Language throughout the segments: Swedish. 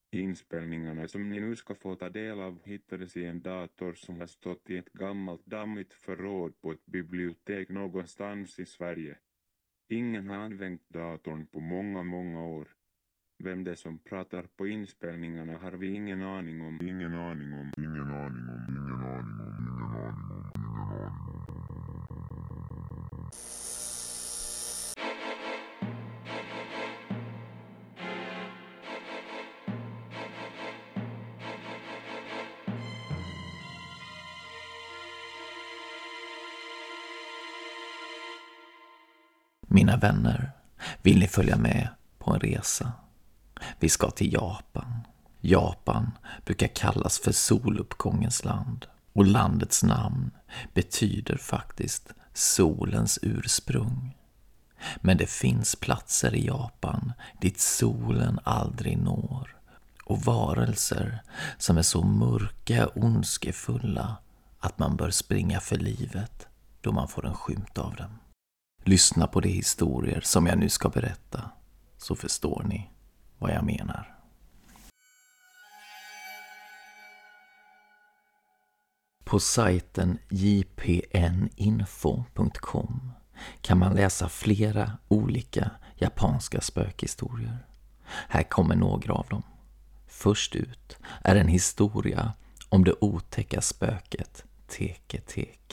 Inspelningarna som ni nu ska få ta del av hittades i en dator som har stått i ett gammalt dammigt förråd på ett bibliotek någonstans i Sverige. Ingen har använt datorn på många år. Vem det som pratar på inspelningarna har vi ingen aning om. Mina vänner, vill ni följa med på en resa? Vi ska till Japan. Japan brukar kallas för soluppgångens land. Och landets namn betyder faktiskt solens ursprung. Men det finns platser i Japan dit solen aldrig når. Och varelser som är så mörka och ondskefulla att man bör springa för livet då man får en skymt av dem. Lyssna på de historier som jag nu ska berätta, så förstår ni vad jag menar. På sajten jpninfo.com kan man läsa flera olika japanska spökhistorier. Här kommer några av dem. Först ut är en historia om det otäcka spöket Teke.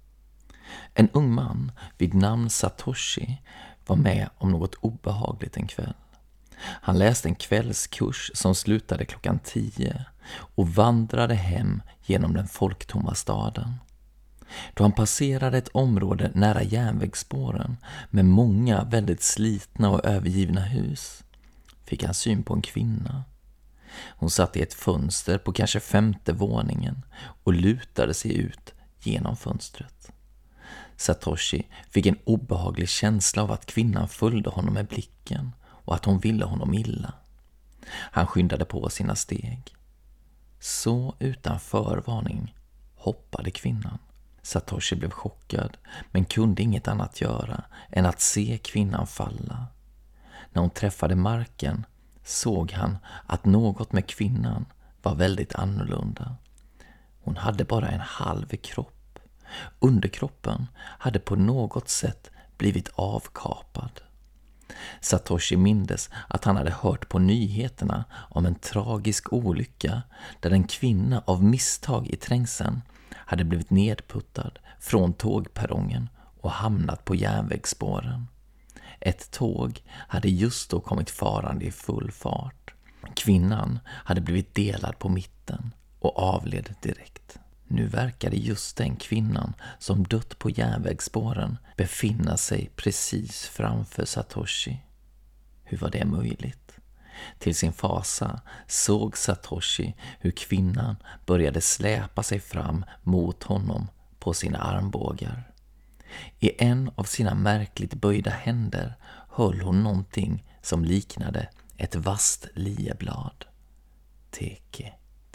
En ung man vid namn Satoshi var med om något obehagligt en kväll. Han läste en kvällskurs som slutade 10:00 och vandrade hem genom den folktomma staden. Då han passerade ett område nära järnvägsspåren med många väldigt slitna och övergivna hus fick han syn på en kvinna. Hon satt i ett fönster på kanske 5:e våningen och lutade sig ut genom fönstret. Satoshi fick en obehaglig känsla av att kvinnan följde honom med blicken och att hon ville honom illa. Han skyndade på sina steg. Så utan förvarning hoppade kvinnan. Satoshi blev chockad men kunde inget annat göra än att se kvinnan falla. När hon träffade marken såg han att något med kvinnan var väldigt annorlunda. Hon hade bara en halv kropp. Underkroppen hade på något sätt blivit avkapad. Satoshi mindes att han hade hört på nyheterna om en tragisk olycka där en kvinna av misstag i trängseln hade blivit nedputtad från tågperrongen och hamnat på järnvägsspåren. Ett tåg hade just då kommit farande i full fart. Kvinnan hade blivit delad på mitten och avled direkt. Nu verkade just den kvinnan som dött på järnvägsspåren befinna sig precis framför Satoshi. Hur var det möjligt? Till sin fasa såg Satoshi hur kvinnan började släpa sig fram mot honom på sina armbågar. I en av sina märkligt böjda händer höll hon någonting som liknade ett vasst lieblad. Teke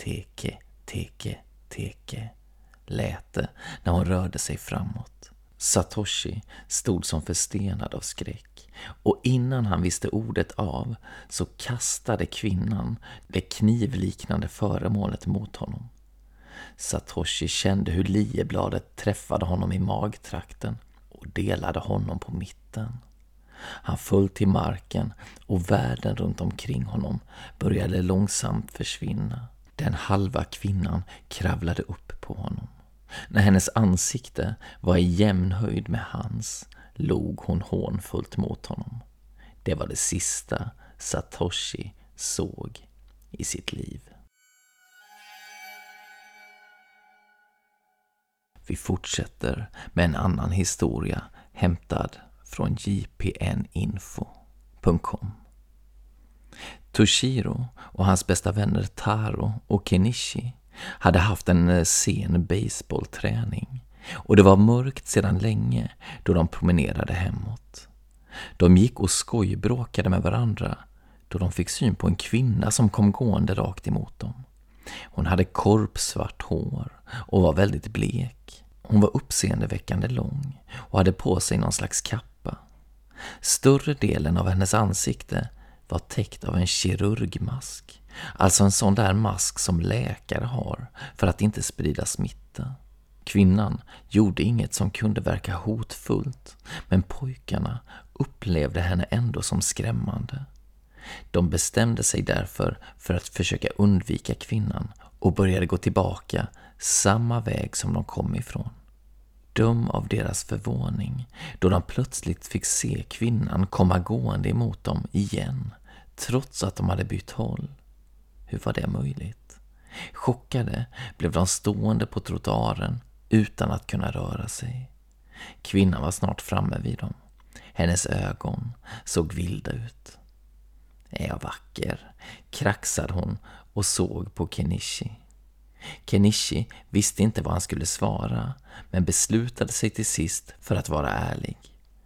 lät det när hon rörde sig framåt. Satoshi stod som förstenad av skräck och innan han visste ordet av så kastade kvinnan det knivliknande föremålet mot honom. Satoshi kände hur liebladet träffade honom i magtrakten och delade honom på mitten. Han föll till marken och världen runt omkring honom började långsamt försvinna. Den halva kvinnan kravlade upp på honom. När hennes ansikte var i jämn höjd med hans log hon hånfullt mot honom. Det var det sista Satoshi såg i sitt liv. Vi fortsätter med en annan historia hämtad från jpninfo.com. Toshiro och hans bästa vänner Taro och Kenichi hade haft en sen baseballträning och det var mörkt sedan länge då de promenerade hemåt. De gick och skojbråkade med varandra då de fick syn på en kvinna som kom gående rakt emot dem. Hon hade korpsvart hår och var väldigt blek. Hon var uppseendeväckande lång och hade på sig någon slags kappa. Större delen av hennes ansikte var täckt av en kirurgmask Alltså en sån där mask som läkare har för att inte sprida smitta. Kvinnan gjorde inget som kunde verka hotfullt, men pojkarna upplevde henne ändå som skrämmande. De bestämde sig därför för att försöka undvika kvinnan och började gå tillbaka samma väg som de kom ifrån. Döm av deras förvåning då de plötsligt fick se kvinnan komma gående emot dem igen, trots att de hade bytt håll. Hur var det möjligt? Chockade blev de stående på trottoaren utan att kunna röra sig. Kvinnan var snart framme vid dem. Hennes ögon såg vilda ut. Är jag vacker? Kraxade hon och såg på Kenichi. Kenichi visste inte vad han skulle svara, men beslutade sig till sist för att vara ärlig.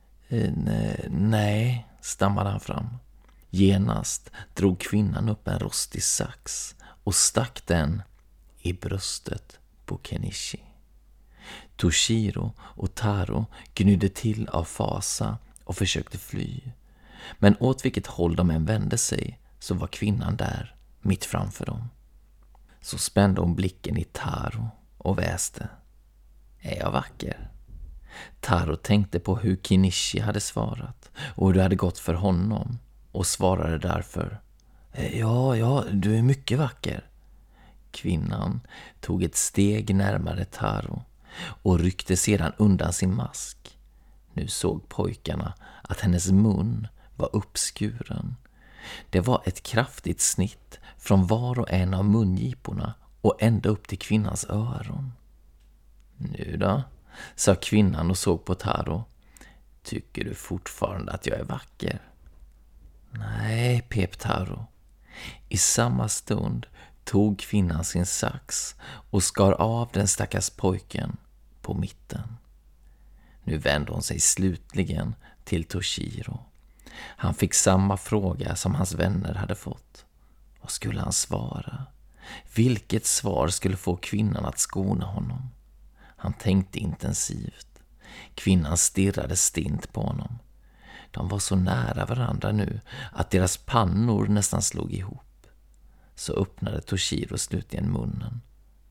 Nej, stammade han fram. Genast drog kvinnan upp en rostig sax och stack den i bröstet på Kenichi. Toshiro och Taro gnydde till av fasa och försökte fly. Men åt vilket håll de än vände sig så var kvinnan där, mitt framför dem. Så spände hon blicken i Taro och väste. Är jag vacker? Taro tänkte på hur Kenichi hade svarat och hur det hade gått för honom och svarade därför. Ja, du är mycket vacker. Kvinnan tog ett steg närmare Taro och ryckte sedan undan sin mask. Nu såg pojkarna att hennes mun var uppskuren. Det var ett kraftigt snitt från var och en av mungiporna och ända upp till kvinnans öron. Nu då, sa kvinnan och såg på Taro. Tycker du fortfarande att jag är vacker? Nej, pep Taro. I samma stund tog kvinnan sin sax och skar av den stackars pojken på mitten. Nu vände hon sig slutligen till Toshiro. Han fick samma fråga som hans vänner hade fått. Vad skulle han svara? Vilket svar skulle få kvinnan att skona honom? Han tänkte intensivt. Kvinnan stirrade stint på honom. De var så nära varandra nu att deras pannor nästan slog ihop. Så öppnade Toshiro slutligen munnen.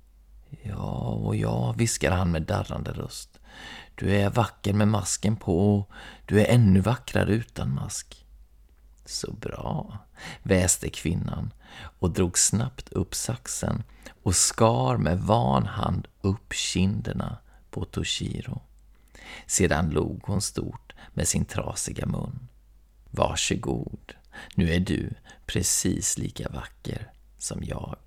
Ja, viskade han med darrande röst. Du är vacker med masken på och du är ännu vackrare utan mask. Så bra, väste kvinnan och drog snabbt upp saxen och skar med van hand upp kinderna på Toshiro. Sedan log hon stort med sin trasiga mun. Varsågod, nu är du precis lika vacker som jag.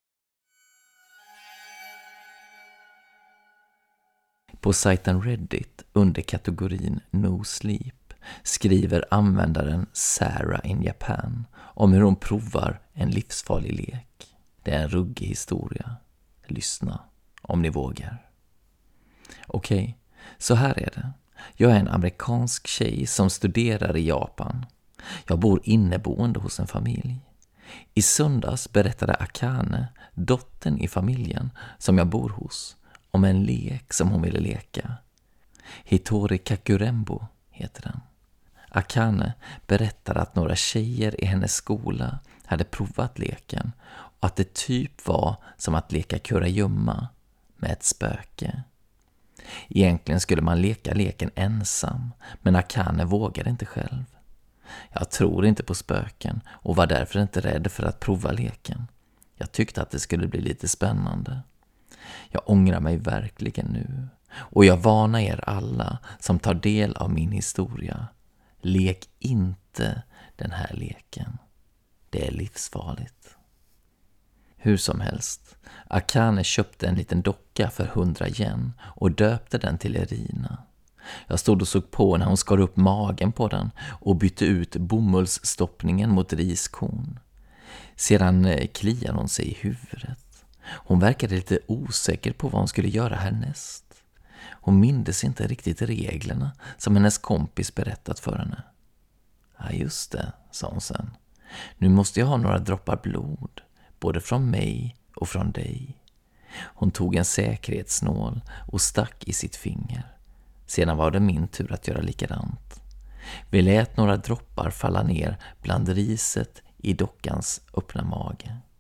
På sajten Reddit under kategorin No Sleep skriver användaren Sarah in Japan om hur hon provar en livsfarlig lek. Det är en ruggig historia. Lyssna om ni vågar. Okej, så här är det. Jag är en amerikansk tjej som studerar i Japan. Jag bor inneboende hos en familj. I söndags berättade Akane, dottern i familjen som jag bor hos, om en lek som hon ville leka. Hitori Kakurembo heter den. Akane berättade att några tjejer i hennes skola hade provat leken och att det typ var som att leka kurragömma med ett spöke. Egentligen skulle man leka leken ensam, men Akane vågade inte själv. Jag tror inte på spöken och var därför inte rädd för att prova leken. Jag tyckte att det skulle bli lite spännande. Jag ångrar mig verkligen nu och jag varnar er alla som tar del av min historia. Lek inte den här leken. Det är livsfarligt. Hur som helst, Akane köpte en liten docka för 100 yen och döpte den till Erina. Jag stod och såg på när hon skar upp magen på den och bytte ut bomullsstoppningen mot riskorn. Sedan kliade hon sig i huvudet. Hon verkade lite osäker på vad hon skulle göra härnäst. Hon mindes inte riktigt reglerna som hennes kompis berättat för henne. Ja, just det, sa hon sen. Nu måste jag ha några droppar blod, både från mig och från dig. Hon tog en säkerhetsnål och stack i sitt finger. Sedan var det min tur att göra likadant. Vi lät några droppar falla ner bland riset i dockans öppna mage.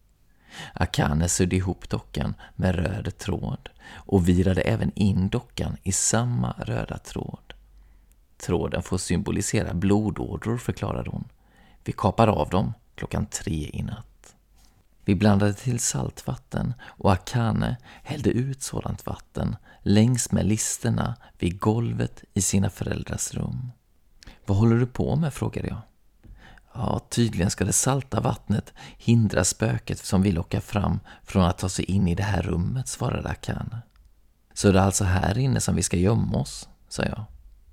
Akane sydde ihop dockan med röd tråd och virade även in dockan i samma röda tråd. Tråden får symbolisera blodådror, förklarade hon. Vi kapar av dem 3:00 i natt. Vi blandade till saltvatten och Akane hällde ut sådant vatten längs med listerna vid golvet i sina föräldrars rum. Vad håller du på med, frågade jag. Ja, tydligen ska det salta vattnet hindra spöket som vill locka fram från att ta sig in i det här rummet, svarade Akane. Så det är alltså här inne som vi ska gömma oss, sa jag.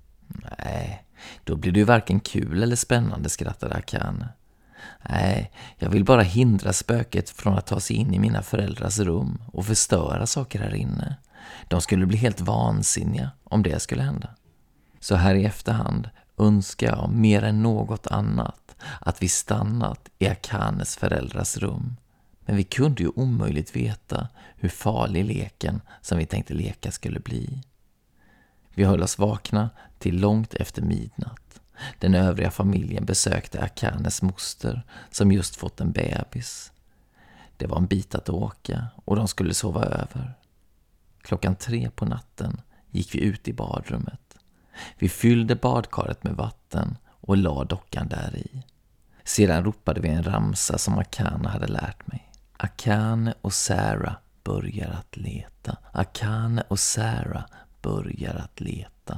Nej, då blir det ju varken kul eller spännande, skrattade Akane. Nej, jag vill bara hindra spöket från att ta sig in i mina föräldrars rum och förstöra saker här inne. De skulle bli helt vansinniga om det skulle hända. Så här i efterhand önskar jag mer än något annat att vi stannat i Akanes föräldrars rum. Men vi kunde ju omöjligt veta hur farlig leken som vi tänkte leka skulle bli. Vi höll oss vakna till långt efter midnatt. Den övriga familjen besökte Akanes moster som just fått en bebis. Det var en bit att åka och de skulle sova över. 3:00 på natten gick vi ut i badrummet. Vi fyllde badkaret med vatten och la dockan där i. Sedan ropade vi en ramsa som Akane hade lärt mig. Akane och Sarah börjar att leta. Akane och Sarah börjar att leta.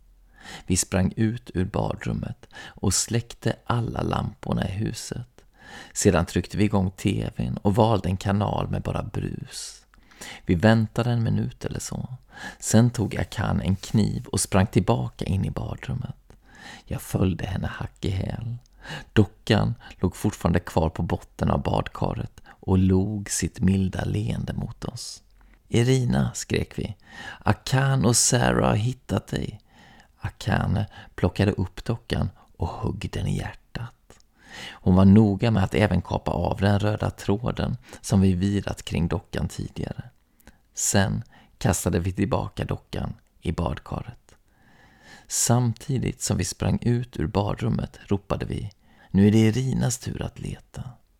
Vi sprang ut ur badrummet och släckte alla lamporna i huset. Sedan tryckte vi igång tvn och valde en kanal med bara brus. Vi väntade 1 minut eller så. Sen tog Akane en kniv och sprang tillbaka in i badrummet. Jag följde henne hack i häl. Dockan låg fortfarande kvar på botten av badkaret och log sitt milda leende mot oss. Irina, skrek vi. Akane och Sarah har hittat dig. Akane plockade upp dockan och högg den i hjärtat. Hon var noga med att även kapa av den röda tråden som vi virat kring dockan tidigare. Sen kastade vi tillbaka dockan i badkaret. Samtidigt som vi sprang ut ur badrummet ropade vi: nu är det Irinas tur att leta.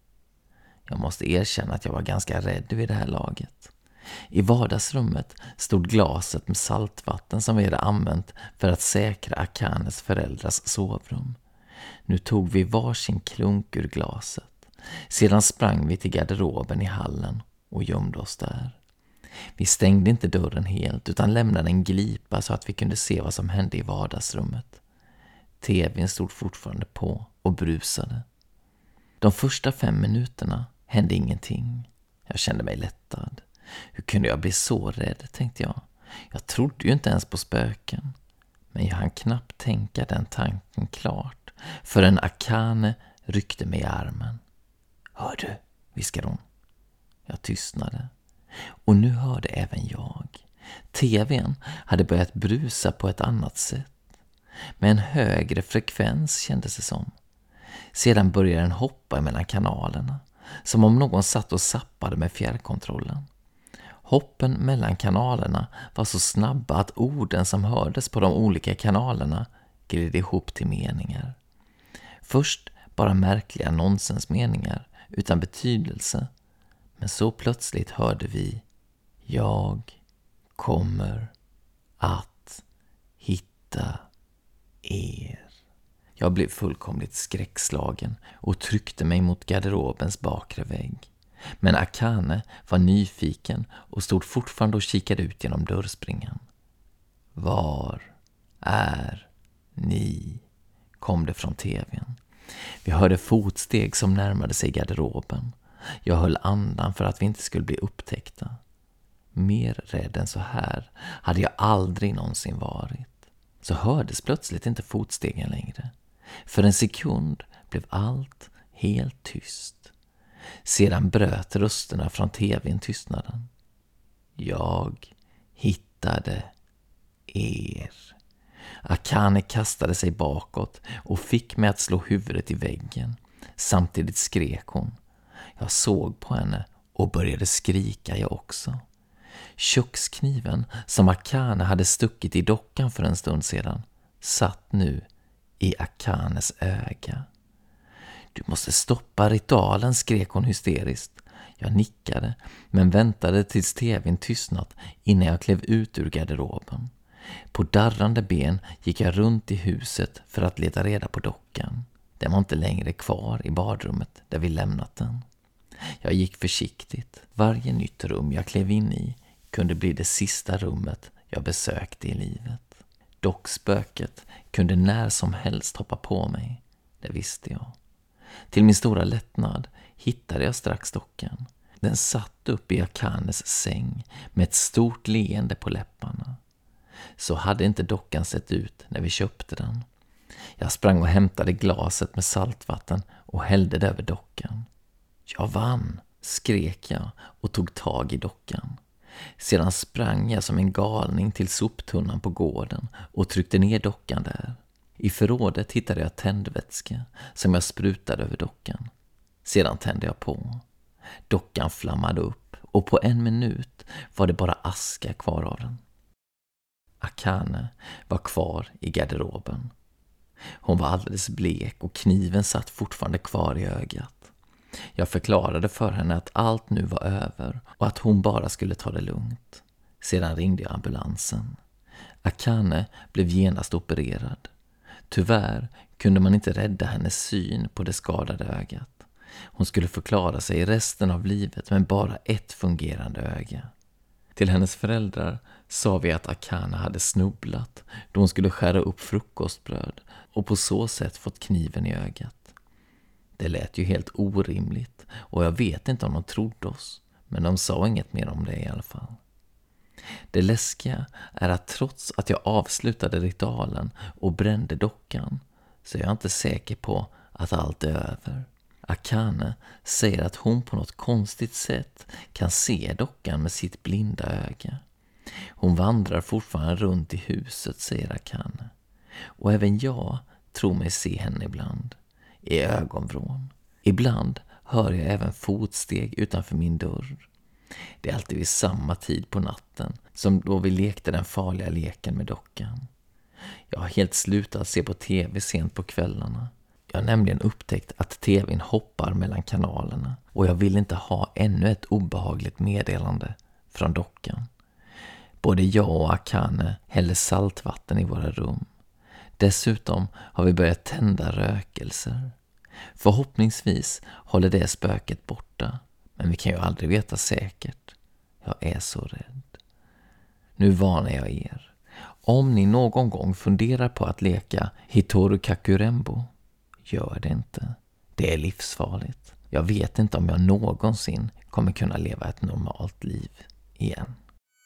Jag måste erkänna att jag var ganska rädd vid det här laget. I vardagsrummet stod glaset med saltvatten som vi hade använt för att säkra Akanes föräldrars sovrum. Nu tog vi varsin klunk ur glaset. Sedan sprang vi till garderoben i hallen och gömde oss där. Vi stängde inte dörren helt utan lämnade en glipa så att vi kunde se vad som hände i vardagsrummet. TV:n stod fortfarande på och brusade. De första 5 minuterna hände ingenting. Jag kände mig lättad. Hur kunde jag bli så rädd, tänkte jag. Jag trodde ju inte ens på spöken. Men jag hann knappt tänka den tanken klart förrän Akane ryckte mig i armen. Hör du, viskade hon. Jag tystnade. Och nu hörde även jag. TV:n hade börjat brusa på ett annat sätt. Med en högre frekvens kändes det som. Sedan började den hoppa mellan kanalerna. Som om någon satt och zappade med fjärrkontrollen. Hoppen mellan kanalerna var så snabba att orden som hördes på de olika kanalerna gled ihop till meningar. Först bara märkliga nonsensmeningar utan betydelse. Men så plötsligt hörde vi: jag kommer att hitta er. Jag blev fullkomligt skräckslagen och tryckte mig mot garderobens bakre vägg. Men Akane var nyfiken och stod fortfarande och kikade ut genom dörrspringan. Var är ni? Kom det från tvn. Vi hörde fotsteg som närmade sig garderoben. Jag höll andan för att vi inte skulle bli upptäckta. Mer rädd än så här hade jag aldrig någonsin varit. Så hördes plötsligt inte fotstegen längre. För en sekund blev allt helt tyst. Sedan bröt rösterna från tvn tystnaden. Jag hittade er. Akane kastade sig bakåt och fick mig att slå huvudet i väggen. Samtidigt skrek hon. Jag såg på henne och började skrika jag också. Kökskniven som Akane hade stuckit i dockan för en stund sedan satt nu i Akanes öga. Du måste stoppa ritualen, skrek hon hysteriskt. Jag nickade, men väntade tills tvn tystnat innan jag klev ut ur garderoben. På darrande ben gick jag runt i huset för att leta reda på dockan. Den var inte längre kvar i badrummet där vi lämnat den. Jag gick försiktigt. Varje nytt rum jag klev in i kunde bli det sista rummet jag besökte i livet. Dockspöket kunde när som helst hoppa på mig. Det visste jag. Till min stora lättnad hittade jag strax dockan. Den satt upp i Akanes säng med ett stort leende på läpparna. Så hade inte dockan sett ut när vi köpte den. Jag sprang och hämtade glaset med saltvatten och hällde det över dockan. Jag vann, skrek jag och tog tag i dockan. Sedan sprang jag som en galning till soptunnan på gården och tryckte ner dockan där. I förrådet hittade jag tändvätska som jag sprutade över dockan. Sedan tände jag på. Dockan flammade upp och på 1 minut var det bara aska kvar av den. Akane var kvar i garderoben. Hon var alldeles blek och kniven satt fortfarande kvar i ögat. Jag förklarade för henne att allt nu var över och att hon bara skulle ta det lugnt. Sedan ringde jag ambulansen. Akane blev genast opererad. Tyvärr kunde man inte rädda hennes syn på det skadade ögat. Hon skulle förklara sig resten av livet med bara ett fungerande öga. Till hennes föräldrar sa vi att Akane hade snubblat då hon skulle skära upp frukostbröd och på så sätt fått kniven i ögat. Det lät ju helt orimligt och jag vet inte om de trodde oss, men de sa inget mer om det i alla fall. Det läskiga är att trots att jag avslutade ritualen och brände dockan så är jag inte säker på att allt är över. Akane säger att hon på något konstigt sätt kan se dockan med sitt blinda öga. Hon vandrar fortfarande runt i huset, säger Akane. Och även jag tror mig se henne ibland, i ögonvrån. Ibland hör jag även fotsteg utanför min dörr. Det är alltid vid samma tid på natten som då vi lekte den farliga leken med dockan. Jag har helt slutat se på tv sent på kvällarna. Jag har nämligen upptäckt att tvn hoppar mellan kanalerna och jag vill inte ha ännu ett obehagligt meddelande från dockan. Både jag och Akane häller saltvatten i våra rum. Dessutom har vi börjat tända rökelser. Förhoppningsvis håller det spöket borta, men vi kan ju aldrig veta säkert. Jag är så rädd. Nu varnar jag er. Om ni någon gång funderar på att leka Hitoru Kakurembo, gör det inte. Det är livsfarligt. Jag vet inte om jag någonsin kommer kunna leva ett normalt liv igen.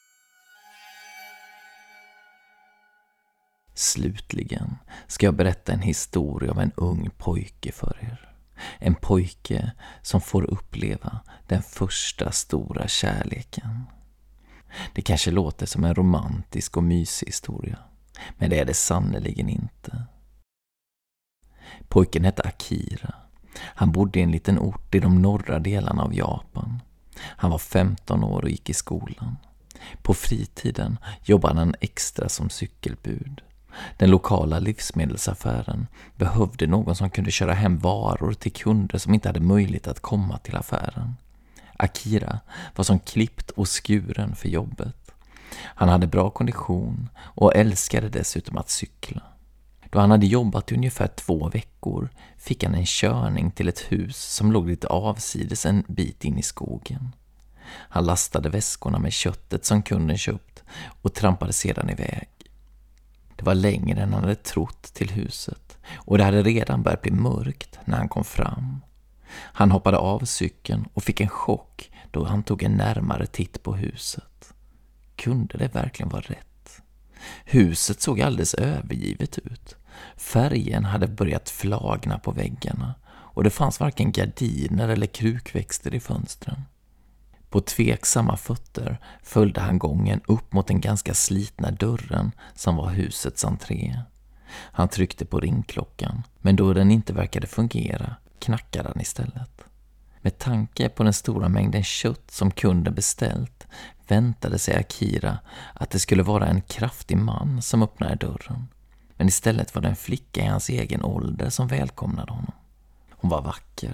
Slutligen ska jag berätta en historia om en ung pojke för er. En pojke som får uppleva den första stora kärleken. Det kanske låter som en romantisk och mysig historia, men det är det sannoliken inte. Pojken hette Akira. Han bodde i en liten ort i de norra delarna av Japan. Han var 15 år och gick i skolan. På fritiden jobbade han extra som cykelbud. Den lokala livsmedelsaffären behövde någon som kunde köra hem varor till kunder som inte hade möjlighet att komma till affären. Akira var som klippt och skuren för jobbet. Han hade bra kondition och älskade dessutom att cykla. Då han hade jobbat i ungefär 2 veckor fick han en körning till ett hus som låg lite avsides en bit in i skogen. Han lastade väskorna med köttet som kunden köpt och trampade sedan iväg. Det var längre än han hade trott till huset och det hade redan börjat bli mörkt när han kom fram. Han hoppade av cykeln och fick en chock då han tog en närmare titt på huset. Kunde det verkligen vara rätt? Huset såg alldeles övergivet ut. Färgen hade börjat flagna på väggarna och det fanns varken gardiner eller krukväxter i fönstren. På tveksamma fötter följde han gången upp mot den ganska slitna dörren som var husets entré. Han tryckte på ringklockan, men då den inte verkade fungera knackade han istället. Med tanke på den stora mängden kött som kunden beställt väntade sig Akira att det skulle vara en kraftig man som öppnade dörren. Men istället var det en flicka i hans egen ålder som välkomnade honom. Hon var vacker,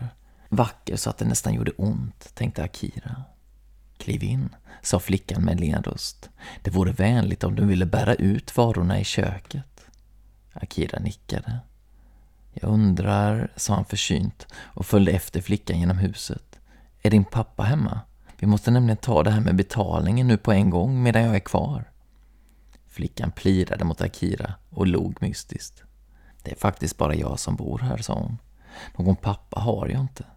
Vacker så att det nästan gjorde ont, tänkte Akira. Kliv in, sa flickan med len röst. Det vore vänligt om du ville bära ut varorna i köket. Akira nickade. Jag undrar, sa han försynt och följde efter flickan genom huset. Är din pappa hemma? Vi måste nämligen ta det här med betalningen nu på en gång medan jag är kvar. Flickan plirade mot Akira och log mystiskt. Det är faktiskt bara jag som bor här, sa hon. Någon pappa har jag inte.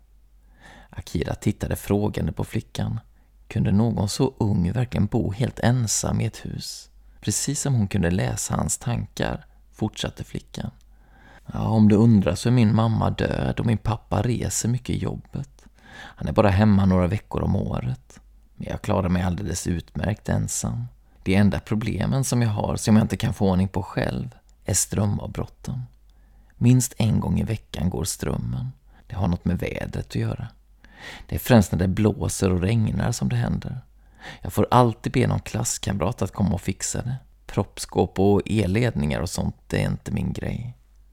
Akira tittade frågande på flickan. Kunde någon så ung verkligen bo helt ensam i ett hus? Precis som hon kunde läsa hans tankar, fortsatte flickan. Ja, om du undrar så är min mamma död och min pappa reser mycket i jobbet. Han är bara hemma några veckor om året. Men jag klarar mig alldeles utmärkt ensam. De enda problemen som jag har som jag inte kan få ordning på själv är strömavbrotten. Minst en gång i veckan går strömmen. Det har något med vädret att göra. Det är främst när det blåser och regnar som det händer. Jag får alltid be någon klasskamrat att komma och fixa det. Proppskåp och elledningar och sånt, det är inte min grej.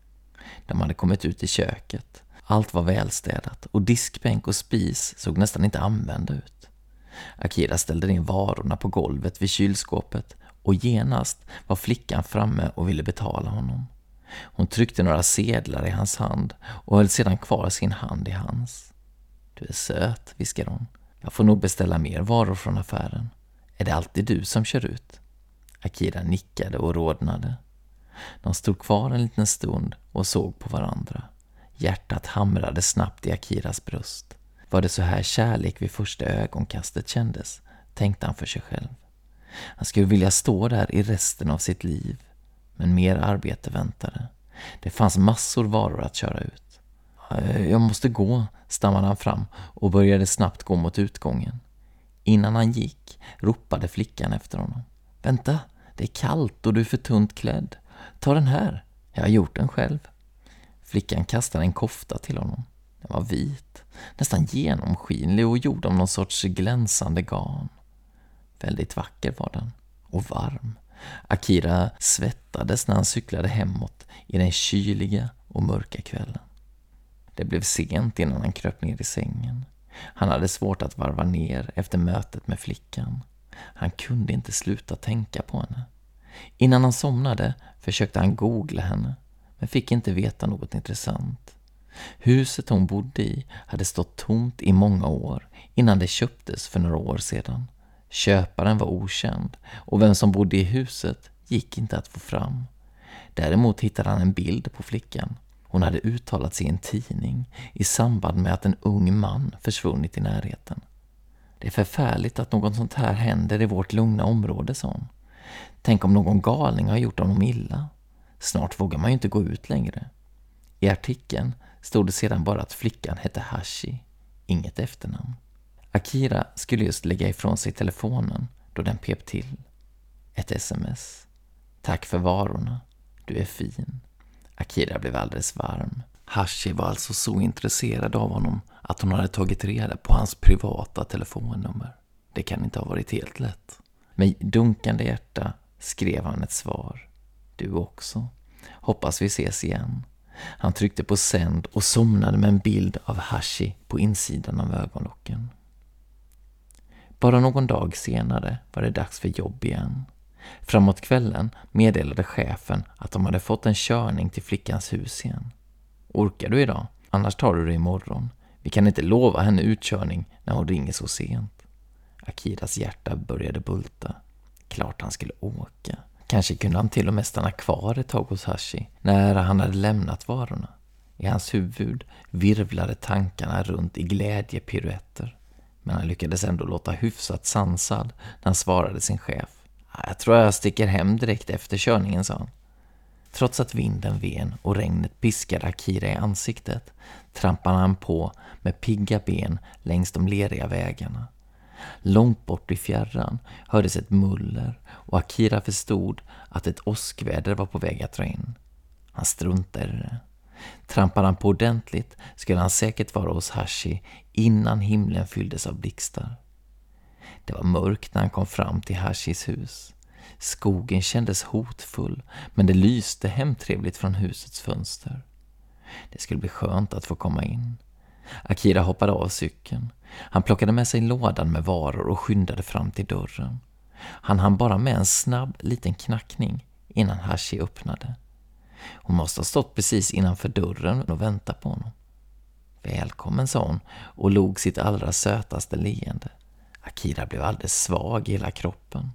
De hade kommit ut i köket. Allt var välstädat och diskbänk och spis såg nästan inte använda ut. Akira ställde in varorna på golvet vid kylskåpet och genast var flickan framme och ville betala honom. Hon tryckte några sedlar i hans hand och höll sedan kvar sin hand i hans. Du är söt, viskade hon. Jag får nog beställa mer varor från affären. Är det alltid du som kör ut? Akira nickade och rodnade. De stod kvar en liten stund och såg på varandra. Hjärtat hamrade snabbt i Akiras bröst. Var det så här kärlek vid första ögonkastet kändes, tänkte han för sig själv. Han skulle vilja stå där i resten av sitt liv. Men mer arbete väntade. Det fanns massor varor att köra ut. Jag måste gå, stammade han fram och började snabbt gå mot utgången. Innan han gick ropade flickan efter honom. Vänta, det är kallt och du är för tunt klädd. Ta den här, jag har gjort den själv. Flickan kastade en kofta till honom. Den var vit, nästan genomskinlig och gjord av någon sorts glänsande garn. Väldigt vacker var den och varm. Akira svettades när han cyklade hemåt i den kyliga och mörka kvällen. Det blev sent innan han kröp ner i sängen. Han hade svårt att varva ner efter mötet med flickan. Han kunde inte sluta tänka på henne. Innan han somnade försökte han googla henne, men fick inte veta något intressant. Huset hon bodde i hade stått tomt i många år innan det köptes för några år sedan. Köparen var okänd och vem som bodde i huset gick inte att få fram. Däremot hittade han en bild på flickan. Hon hade uttalat sig i en tidning i samband med att en ung man försvunnit i närheten. Det är förfärligt att något sånt här händer i vårt lugna område, sa hon. Tänk om någon galning har gjort honom illa. Snart vågar man ju inte gå ut längre. I artikeln stod det sedan bara att flickan hette Hashi, inget efternamn. Akira skulle just lägga ifrån sig telefonen då den pep till. Ett sms. Tack för varorna. Du är fin. Akira blev alldeles varm. Hashi var alltså så intresserad av honom att hon hade tagit reda på hans privata telefonnummer. Det kan inte ha varit helt lätt. Med dunkande hjärta skrev han ett svar. Du också. Hoppas vi ses igen. Han tryckte på sänd och somnade med en bild av Hashi på insidan av ögonlocken. Bara någon dag senare var det dags för jobb igen. Framåt kvällen meddelade chefen att de hade fått en körning till flickans hus igen. Orkar du idag? Annars tar du det imorgon. Vi kan inte lova henne utkörning när hon ringer så sent. Akiras hjärta började bulta. Klart han skulle åka. Kanske kunde han till och med stanna kvar ett tag hos Hashi när han hade lämnat varorna. I hans huvud virvlade tankarna runt i glädjepiruetter. Men han lyckades ändå låta hyfsat sansad när han svarade sin chef. Jag tror jag sticker hem direkt efter körningen, sa han. Trots att vinden ven och regnet piskade Akira i ansiktet trampade han på med pigga ben längs de leriga vägarna. Långt bort i fjärran hördes ett muller och Akira förstod att ett åskväder var på väg att dra in. Han struntade i det. Trampade han på ordentligt skulle han säkert vara hos Hashi innan himlen fylldes av blixtar. Det var mörkt när han kom fram till Hashis hus. Skogen kändes hotfull, men det lyste hemtrevligt från husets fönster. Det skulle bli skönt att få komma in. Akira hoppade av cykeln. Han plockade med sig lådan med varor och skyndade fram till dörren. Han hann bara med en snabb liten knackning innan Hashi öppnade. Hon måste ha stått precis innanför dörren och väntat på honom. Välkommen, sa hon och log sitt allra sötaste leende. Akira blev alldeles svag i hela kroppen.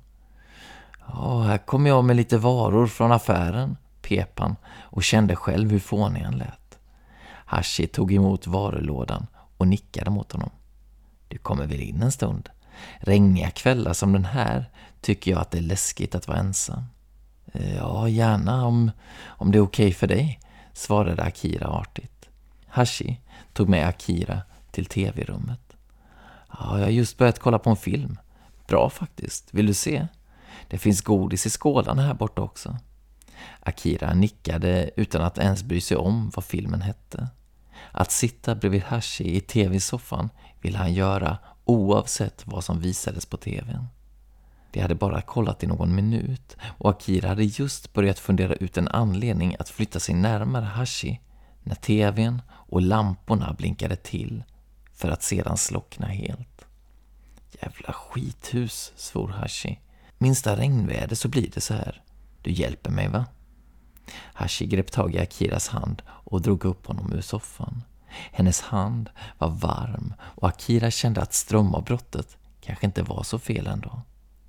Ja, här kommer jag med lite varor från affären, pep han och kände själv hur fånig han lät. Hashi tog emot varulådan och nickade mot honom. Du kommer väl in en stund? Regniga kvällar som den här tycker jag att det är läskigt att vara ensam. Ja, gärna om det är okej för dig, svarade Akira artigt. Hashi tog med Akira till tv-rummet. Ja, jag har just börjat kolla på en film. Bra faktiskt, vill du se? Det finns godis i skålarna här borta också. Akira nickade utan att ens bry sig om vad filmen hette. Att sitta bredvid Hashi i tv-soffan ville han göra oavsett vad som visades på tvn. De hade bara kollat i någon minut och Akira hade just börjat fundera ut en anledning att flytta sig närmare Hashi när tvn och lamporna blinkade till för att sedan slockna helt. Jävla skithus, svor Hashi. Minsta regnväder så blir det så här. Du hjälper mig, va? Hashi grep tag i Akiras hand och drog upp honom ur soffan. Hennes hand var varm och Akira kände att strömavbrottet kanske inte var så fel ändå.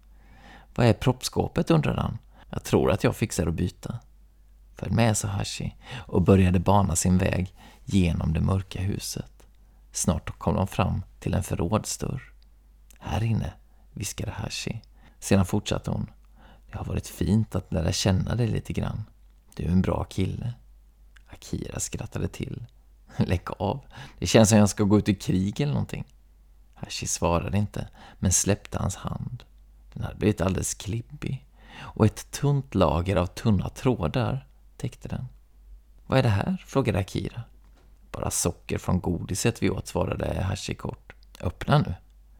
Vad är proppskåpet, undrade han. Jag tror att jag fixar att byta. Följ med, sa Hashi och började bana sin väg genom det mörka huset. Snart kom de fram till en förrådsdörr. Här inne, viskade Hashi. Sedan fortsatte hon. Det har varit fint att lära känna dig lite grann. Du är en bra kille. Akira skrattade till. Lägg av. Det känns som jag ska gå ut i krig eller någonting. Hashi svarade inte, men släppte hans hand. Den hade blivit alldeles klibbig. Och ett tunt lager av tunna trådar täckte den. Vad är det här? Frågade Akira. Bara socker från godiset vi åt, svarade Hashi kort. Öppna nu.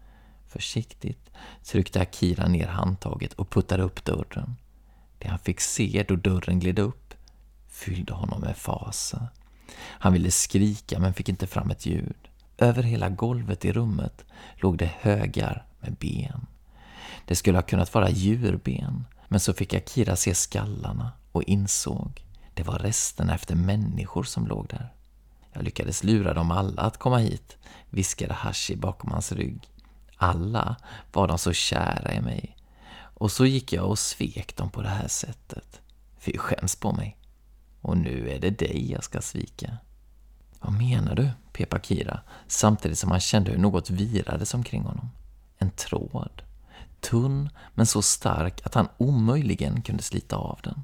Försiktigt tryckte Akira ner handtaget och puttade upp dörren. Det han fick se då dörren gled upp fyllde honom med fasa. Han ville skrika men fick inte fram ett ljud. Över hela golvet i rummet låg det högar med ben. Det skulle ha kunnat vara djurben, men så fick Akira se skallarna och insåg det var resterna efter människor som låg där. Jag lyckades lura dem alla att komma hit, viskade Hashi bakom hans rygg. Alla var de så kära i mig. Och så gick jag och svek dem på det här sättet. Fy, skäms på mig. Och nu är det dig jag ska svika. Vad menar du? Pep Akira, samtidigt som han kände hur något virades omkring honom. En tråd. Tunn men så stark att han omöjligen kunde slita av den.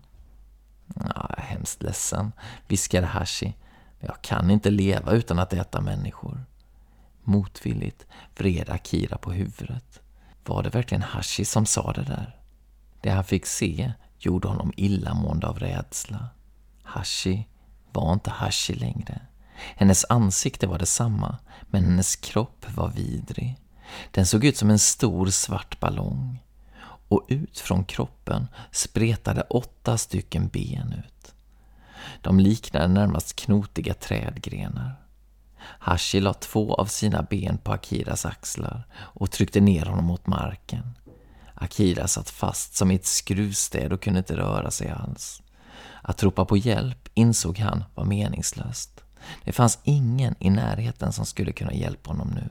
Jag är hemskt ledsen, viskade Hashi. Jag kan inte leva utan att äta människor. Motvilligt vred Akira på huvudet. Var det verkligen Hashi som sa det där? Det han fick se gjorde honom illamående av rädsla. Hashi var inte Hashi längre. Hennes ansikte var detsamma, men hennes kropp var vidrig. Den såg ut som en stor svart ballong. Och ut från kroppen spretade 8 stycken ben ut. De liknade närmast knotiga trädgrenar. Hashi la 2 av sina ben på Akiras axlar och tryckte ner honom mot marken. Akira satt fast som i ett skruvstäd och kunde inte röra sig alls. Att ropa på hjälp insåg han var meningslöst. Det fanns ingen i närheten som skulle kunna hjälpa honom nu.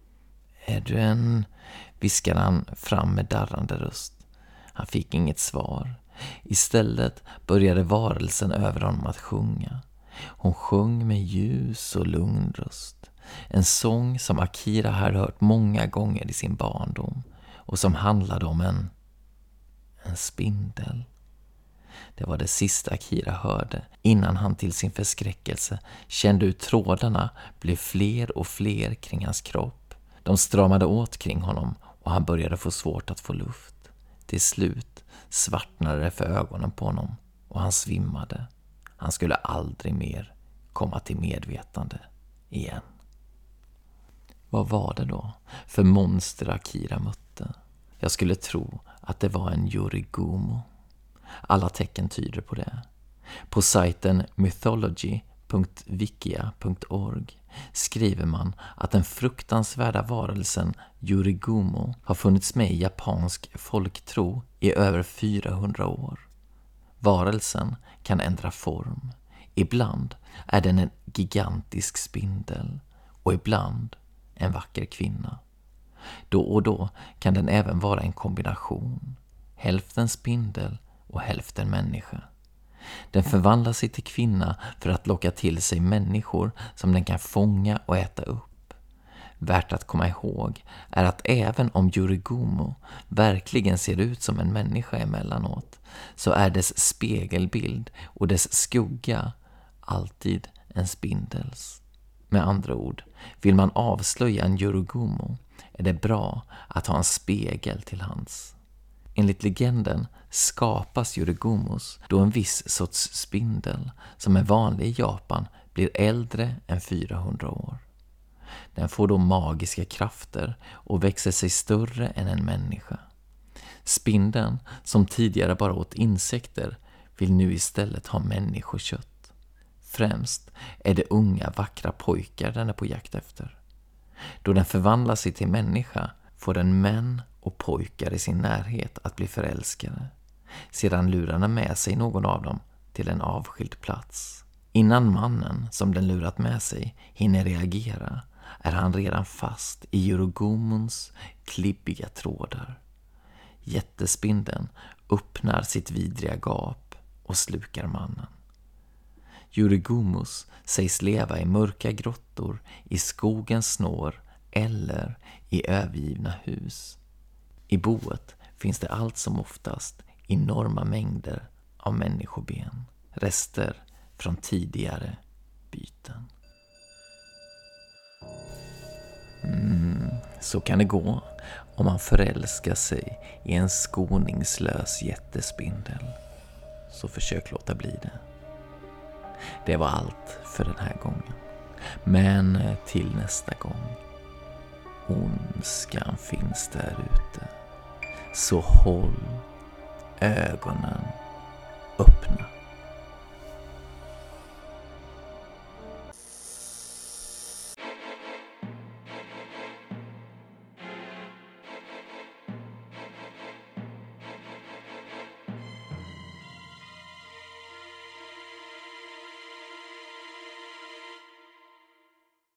Är du en? Viskade han fram med darrande röst. Han fick inget svar. Istället började varelsen över honom att sjunga. Hon sjöng med ljus och lugn röst. En sång som Akira hade hört många gånger i sin barndom och som handlade om en spindel. Det var det sista Akira hörde innan han till sin förskräckelse kände hur trådarna blev fler och fler kring hans kropp. De stramade åt kring honom och han började få svårt att få luft. Till slut svartnade det för ögonen på honom och han svimmade. Han skulle aldrig mer komma till medvetande igen. Vad var det då för monster Akira mötte? Jag skulle tro att det var en Yorigumo. Alla tecken tyder på det. På sajten mythology.wikia.org skriver man att den fruktansvärda varelsen Yurigumo har funnits med i japansk folktro i över 400 år. Varelsen kan ändra form. Ibland är den en gigantisk spindel och ibland en vacker kvinna. Då och då kan den även vara en kombination, hälften spindel och hälften människa. Den förvandlar sig till kvinna för att locka till sig människor som den kan fånga och äta upp. Värt att komma ihåg är att även om Yurigumo verkligen ser ut som en människa emellanåt, så är dess spegelbild och dess skugga alltid en spindels. Med andra ord, vill man avslöja en Yurigumo är det bra att ha en spegel till hands. Enligt legenden skapas Yurigumos då en viss sorts spindel som är vanlig i Japan blir äldre än 400 år. Den får då magiska krafter och växer sig större än en människa. Spindeln, som tidigare bara åt insekter, vill nu istället ha människokött. Främst är det unga vackra pojkar den är på jakt efter. Då den förvandlar sig till människa får den män och pojkar i sin närhet att bli förälskade. Sedan lurar den med sig någon av dem till en avskild plats. Innan mannen som den lurat med sig hinner reagera är han redan fast i Yurigumons klibbiga trådar. Jättespindeln öppnar sitt vidriga gap och slukar mannen. Yurigumos sägs leva i mörka grottor, i skogens snår eller i övergivna hus. I boet finns det allt som oftast enorma mängder av människoben, rester från tidigare byten. Så kan det gå om man förälskar sig i en skoningslös jättespindel. Så försök låta bli det. Det var allt för den här gången. Men till nästa gång. Ondskan finns där ute. Så håll ögonen